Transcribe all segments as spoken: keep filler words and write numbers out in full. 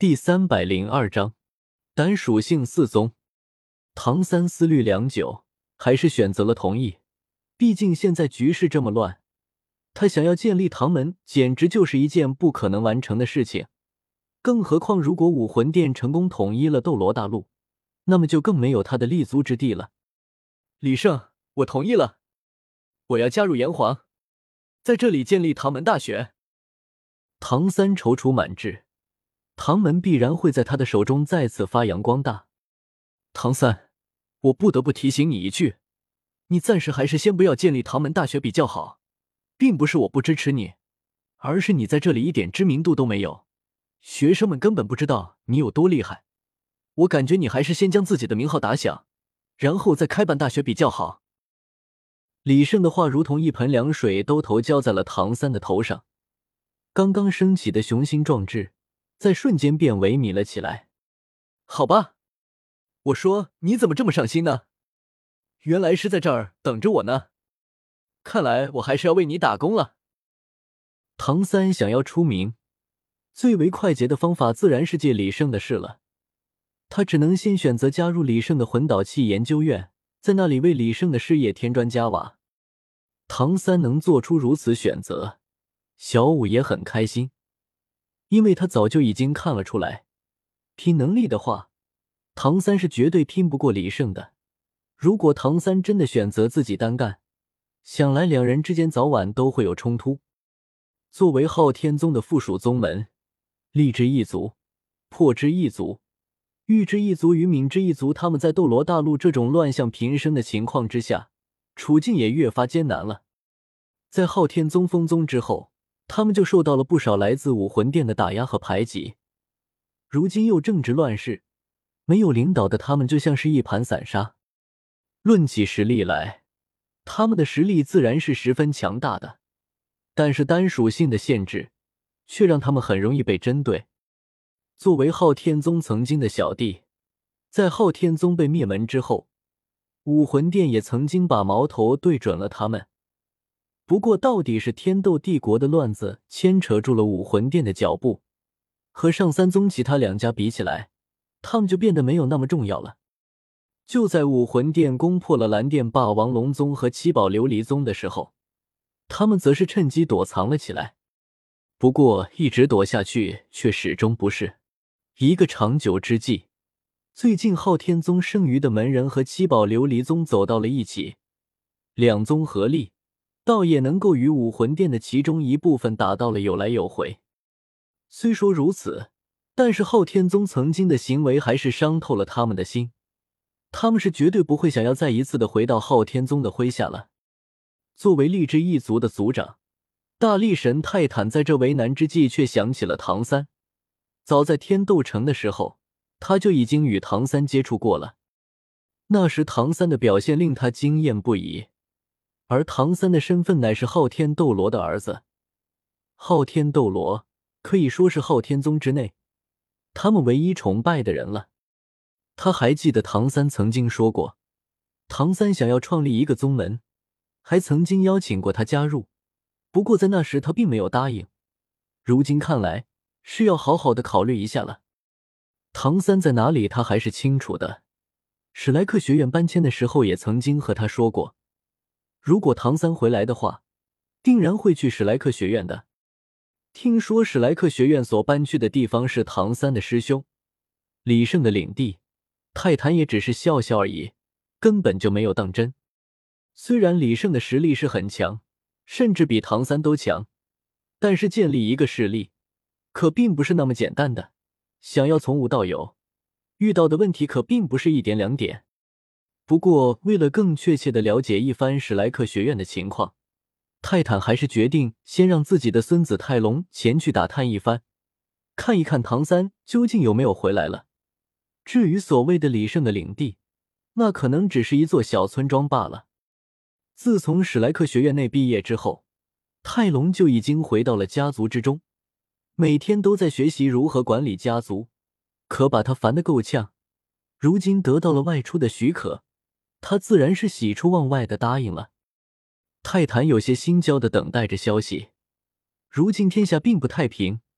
第三百零二章单属性四宗。唐三思虑良久，还是选择了同意。毕竟现在局势这么乱，他想要建立唐门简直就是一件不可能完成的事情。更何况如果武魂殿成功统一了斗罗大陆，那么就更没有他的立足之地了。李胜，我同意了，我要加入炎黄，在这里建立唐门大学。唐三踌躇满志，唐门必然会在他的手中再次发扬光大。唐三，我不得不提醒你一句，你暂时还是先不要建立唐门大学比较好。并不是我不支持你，而是你在这里一点知名度都没有，学生们根本不知道你有多厉害。我感觉你还是先将自己的名号打响，然后再开办大学比较好。李胜的话如同一盆凉水都投浇在了唐三的头上，刚刚升起的雄心壮志在瞬间变萎靡了起来。好吧，我说你怎么这么上心呢？原来是在这儿等着我呢，看来我还是要为你打工了。唐三想要出名，最为快捷的方法自然是借李胜的事了。他只能先选择加入李胜的魂导器研究院，在那里为李胜的事业添砖加瓦。唐三能做出如此选择，小五也很开心，因为他早就已经看了出来，拼能力的话，唐三是绝对拼不过李胜的。如果唐三真的选择自己单干，想来两人之间早晚都会有冲突。作为昊天宗的附属宗门，力之一族、破之一族、玉之一族与冥之一族，他们在斗罗大陆这种乱象频生的情况之下，处境也越发艰难了。在昊天宗封宗之后，他们就受到了不少来自武魂殿的打压和排挤。如今又正值乱世，没有领导的他们就像是一盘散沙。论起实力来，他们的实力自然是十分强大的，但是单属性的限制却让他们很容易被针对。作为昊天宗曾经的小弟，在昊天宗被灭门之后，武魂殿也曾经把矛头对准了他们。不过到底是天斗帝国的乱子牵扯住了武魂殿的脚步，和上三宗其他两家比起来，他们就变得没有那么重要了。就在武魂殿攻破了蓝电霸王龙宗和七宝琉璃宗的时候，他们则是趁机躲藏了起来。不过一直躲下去却始终不是一个长久之计。最近昊天宗剩余的门人和七宝琉璃宗走到了一起，两宗合力倒也能够与武魂殿的其中一部分打到了有来有回。虽说如此，但是昊天宗曾经的行为还是伤透了他们的心，他们是绝对不会想要再一次的回到昊天宗的麾下了。作为力之一族的族长，大力神泰坦在这为难之际却想起了唐三。早在天斗城的时候，他就已经与唐三接触过了。那时唐三的表现令他惊艳不已，而唐三的身份乃是昊天斗罗的儿子。昊天斗罗可以说是昊天宗之内他们唯一崇拜的人了。他还记得唐三曾经说过，唐三想要创立一个宗门，还曾经邀请过他加入，不过在那时他并没有答应。如今看来是要好好的考虑一下了。唐三在哪里他还是清楚的，史莱克学院搬迁的时候也曾经和他说过，如果唐三回来的话，定然会去史莱克学院的。听说史莱克学院所搬去的地方是唐三的师兄李胜的领地，泰坦也只是笑笑而已，根本就没有当真。虽然李胜的实力是很强，甚至比唐三都强，但是建立一个势力可并不是那么简单的，想要从无到有，遇到的问题可并不是一点两点。不过为了更确切地了解一番史莱克学院的情况，泰坦还是决定先让自己的孙子泰隆前去打探一番，看一看唐三究竟有没有回来了。至于所谓的李胜的领地，那可能只是一座小村庄罢了。自从史莱克学院内毕业之后，泰隆就已经回到了家族之中，每天都在学习如何管理家族，可把他烦得够呛。如今得到了外出的许可，他自然是喜出望外的答应了。泰坦有些心焦的等待着消息。如今天下并不太平，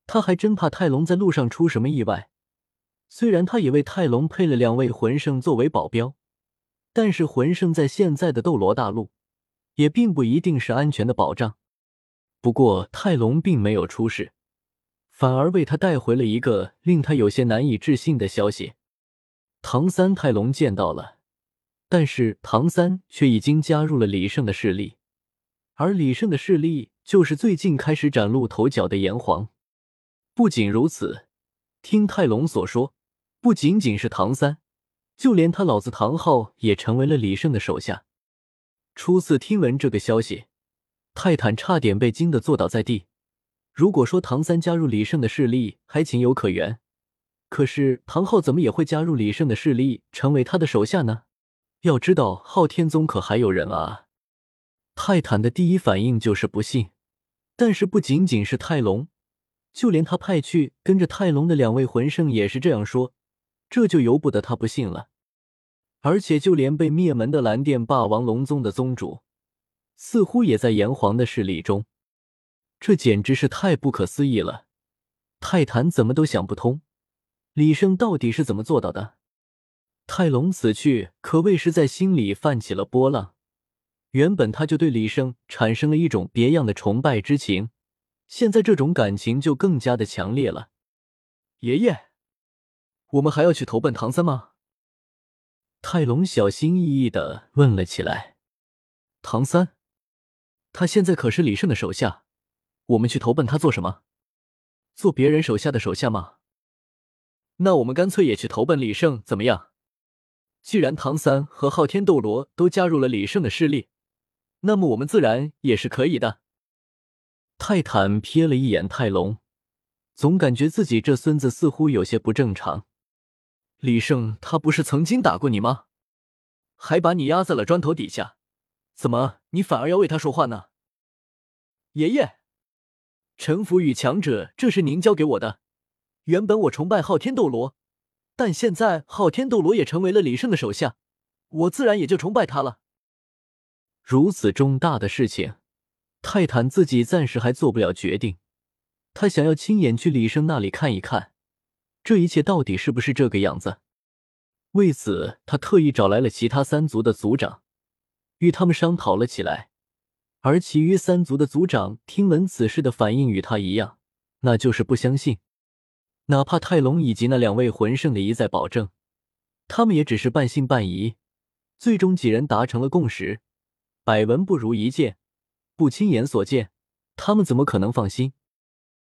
他还真怕泰隆在路上出什么意外。虽然他也为泰隆配了两位魂圣作为保镖，但是魂圣在现在的斗罗大陆也并不一定是安全的保障。不过泰隆并没有出事，反而为他带回了一个令他有些难以置信的消息。唐三泰隆见到了，但是唐三却已经加入了李胜的势力，而李胜的势力就是最近开始崭露头角的炎黄。不仅如此，听泰隆所说，不仅仅是唐三，就连他老子唐昊也成为了李胜的手下。初次听闻这个消息，泰坦差点被惊得坐倒在地。如果说唐三加入李胜的势力还情有可原，可是唐昊怎么也会加入李胜的势力，成为他的手下呢？要知道昊天宗可还有人啊！泰坦的第一反应就是不信，但是不仅仅是泰隆，就连他派去跟着泰隆的两位魂圣也是这样说，这就由不得他不信了。而且就连被灭门的蓝电霸王龙宗的宗主，似乎也在炎黄的势力中，这简直是太不可思议了。泰坦怎么都想不通，李胜到底是怎么做到的？泰隆此去可谓是在心里泛起了波浪，原本他就对李胜产生了一种别样的崇拜之情，现在这种感情就更加的强烈了。爷爷，我们还要去投奔唐三吗？泰隆小心翼翼地问了起来。唐三？他现在可是李胜的手下，我们去投奔他做什么？做别人手下的手下吗？那我们干脆也去投奔李胜怎么样？既然唐三和昊天斗罗都加入了李胜的势力，那么我们自然也是可以的。泰坦瞥了一眼泰隆，总感觉自己这孙子似乎有些不正常。李胜他不是曾经打过你吗？还把你压在了砖头底下，怎么你反而要为他说话呢？爷爷，臣服于强者，这是您教给我的。原本我崇拜昊天斗罗，但现在昊天斗罗也成为了李胜的手下，我自然也就崇拜他了。如此重大的事情，泰坦自己暂时还做不了决定，他想要亲眼去李胜那里看一看，这一切到底是不是这个样子。为此他特意找来了其他三族的族长，与他们商讨了起来。而其余三族的族长听闻此事的反应与他一样，那就是不相信。哪怕泰隆以及那两位魂圣的一再保证，他们也只是半信半疑。最终几人达成了共识，百闻不如一见，不亲眼所见，他们怎么可能放心？